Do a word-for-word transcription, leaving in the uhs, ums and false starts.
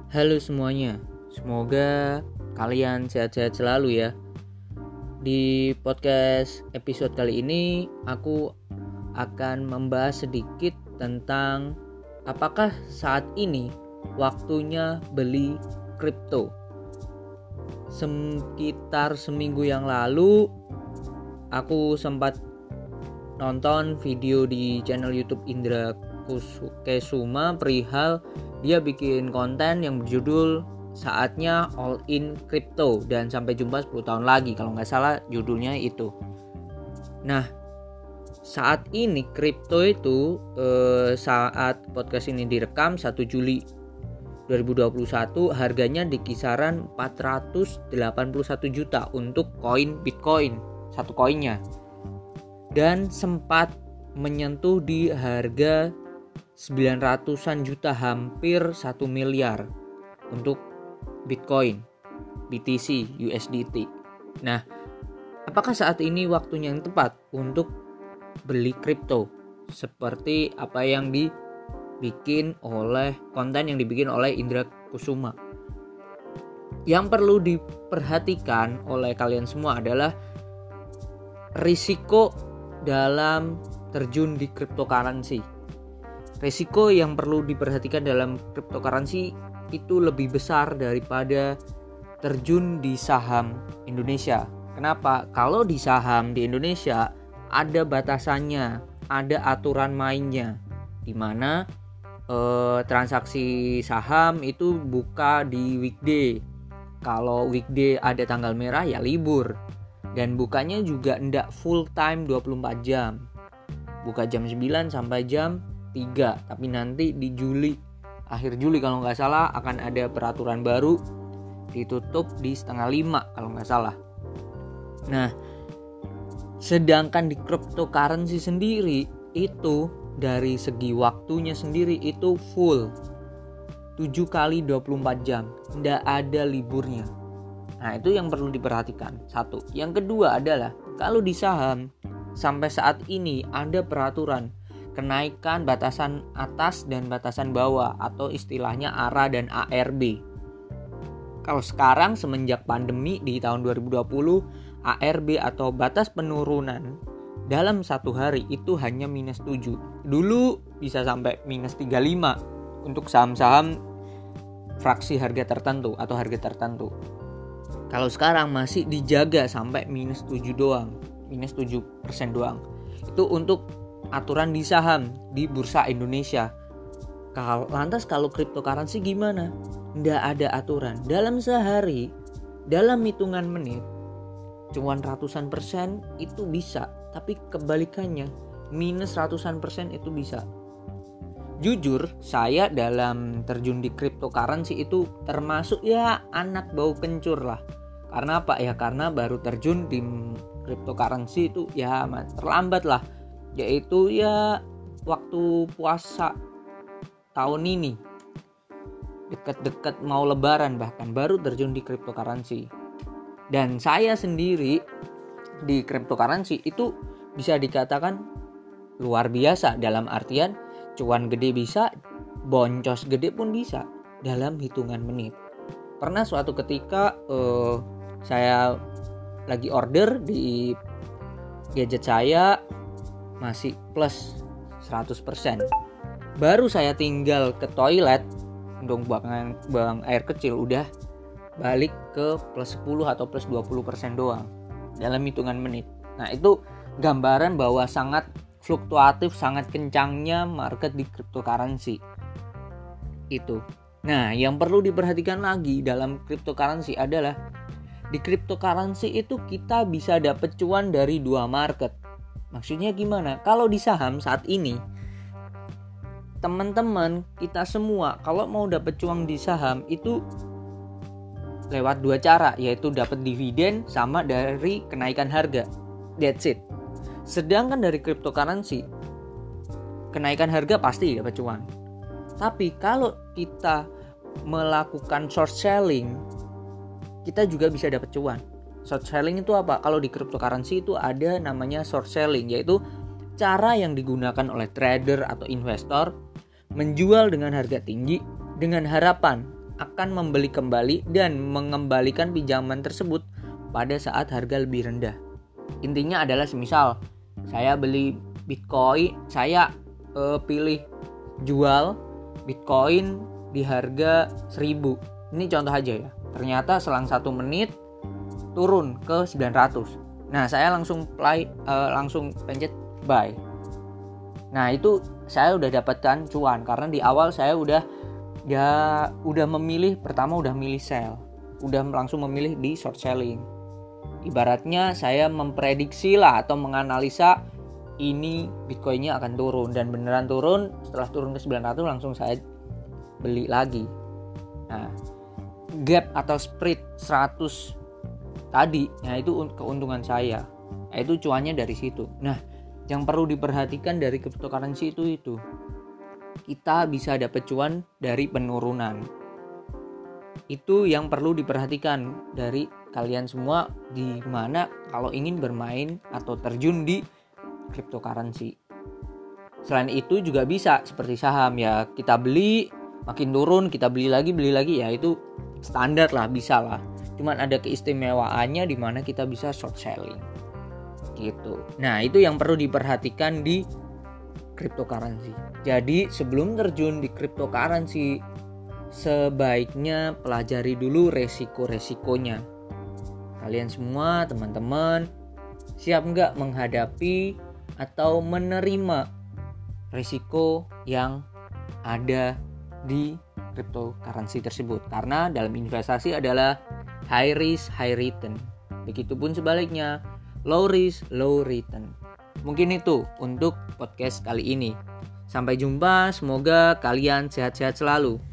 Halo semuanya, semoga kalian sehat-sehat selalu ya. Di podcast episode kali ini aku akan membahas sedikit tentang apakah saat ini waktunya beli kripto. Sekitar seminggu yang lalu aku sempat nonton video di channel YouTube Indra Kesuma perihal dia bikin konten yang berjudul Saatnya All In Crypto dan sampai jumpa sepuluh tahun lagi, kalau nggak salah judulnya itu. Nah, saat ini kripto itu eh, saat podcast ini direkam satu Juli dua ribu dua puluh satu harganya di kisaran empat ratus delapan puluh satu juta untuk koin Bitcoin satu koinnya, dan sempat menyentuh di harga sembilan ratusan juta, hampir satu miliar untuk Bitcoin, B T C, U S D T. Nah, apakah saat ini waktunya yang tepat untuk beli kripto? Seperti apa yang dibikin oleh konten yang dibikin oleh Indra Kusuma. Yang perlu diperhatikan oleh kalian semua adalah risiko dalam terjun di cryptocurrency. Risiko yang perlu diperhatikan dalam cryptocurrency itu lebih besar daripada terjun di saham Indonesia. Kenapa? Kalau di saham di Indonesia ada batasannya, ada aturan mainnya, di mana eh, transaksi saham itu buka di weekday. Kalau weekday ada tanggal merah ya libur. Dan bukanya juga enggak full time dua puluh empat jam. Buka jam sembilan sampai jam tiga, tapi nanti di Juli, akhir Juli kalau nggak salah akan ada peraturan baru, ditutup di setengah lima kalau nggak salah. Nah, sedangkan di cryptocurrency sendiri itu dari segi waktunya sendiri itu full tujuh kali dua puluh empat jam, nggak ada liburnya. Nah, itu yang perlu diperhatikan. Satu. Yang kedua adalah kalau di saham sampai saat ini ada peraturan kenaikan batasan atas dan batasan bawah, atau istilahnya A R A dan A R B. Kalau sekarang semenjak pandemi di tahun dua ribu dua puluh, A R B atau batas penurunan dalam satu hari itu hanya minus tujuh. Dulu bisa sampai minus tiga puluh lima untuk saham-saham fraksi harga tertentu atau harga tertentu. Kalau sekarang masih dijaga sampai minus tujuh doang, minus tujuh persen doang. Itu untuk aturan di saham di Bursa Indonesia. Kalau lantas kalau cryptocurrency gimana? Nggak ada aturan. Dalam sehari, dalam hitungan menit, cuman ratusan persen itu bisa. Tapi kebalikannya, minus ratusan persen itu bisa. Jujur, saya dalam terjun di cryptocurrency itu termasuk ya anak bau kencur lah. Karena apa ya? Karena baru terjun di cryptocurrency itu ya terlambat lah. Yaitu ya waktu puasa tahun ini, dekat-dekat mau lebaran bahkan baru terjun di cryptocurrency. Dan saya sendiri di cryptocurrency itu bisa dikatakan luar biasa, dalam artian cuan gede bisa, boncos gede pun bisa dalam hitungan menit. Pernah suatu ketika uh, saya lagi order di gadget saya masih plus seratus persen. Baru saya tinggal ke toilet untuk buang, buang air kecil udah balik ke plus sepuluh atau plus dua puluh persen doang dalam hitungan menit. Nah, itu gambaran bahwa sangat fluktuatif, sangat kencangnya market di cryptocurrency. Itu. Nah, yang perlu diperhatikan lagi dalam cryptocurrency adalah di cryptocurrency itu kita bisa dapat cuan dari dua market. Maksudnya gimana? Kalau di saham saat ini, teman-teman kita semua kalau mau dapat cuan di saham itu lewat dua cara, yaitu dapat dividen sama dari kenaikan harga. That's it. Sedangkan dari cryptocurrency, kenaikan harga pasti dapat cuan. Tapi kalau kita melakukan short selling, kita juga bisa dapat cuan. Short selling itu apa? Kalau di cryptocurrency itu ada namanya short selling, yaitu cara yang digunakan oleh trader atau investor menjual dengan harga tinggi dengan harapan akan membeli kembali dan mengembalikan pinjaman tersebut pada saat harga lebih rendah. Intinya adalah semisal saya beli Bitcoin, saya uh, pilih jual Bitcoin di harga seribu. Ini contoh aja ya. Ternyata selang satu menit turun ke sembilan ratus. Nah, saya langsung play, uh, langsung pencet buy. Nah, itu saya udah dapatkan cuan karena di awal saya udah ya udah memilih, pertama udah milih sell, udah langsung memilih di short selling. Ibaratnya saya memprediksi lah atau menganalisa ini Bitcoinnya akan turun, dan beneran turun. Setelah turun ke sembilan ratus langsung saya beli lagi. Nah, gap atau spread seratus tadi, nah itu keuntungan saya. Nah, itu cuannya dari situ. Nah, yang perlu diperhatikan dari cryptocurrency itu itu kita bisa dapat cuan dari penurunan. Itu yang perlu diperhatikan dari kalian semua, di mana kalau ingin bermain atau terjun di cryptocurrency. Selain itu juga bisa seperti saham ya, kita beli makin turun kita beli lagi beli lagi ya, itu standar lah, bisa lah. Cuman ada keistimewaannya di mana kita bisa short selling gitu. Nah, itu yang perlu diperhatikan di cryptocurrency. Jadi sebelum terjun di cryptocurrency, sebaiknya pelajari dulu resiko-resikonya. Kalian semua teman-teman siap nggak menghadapi atau menerima resiko yang ada di cryptocurrency tersebut? Karena dalam investasi adalah high risk, high return. Begitupun sebaliknya, low risk, low return. Mungkin itu untuk podcast kali ini. Sampai jumpa, semoga kalian sehat-sehat selalu.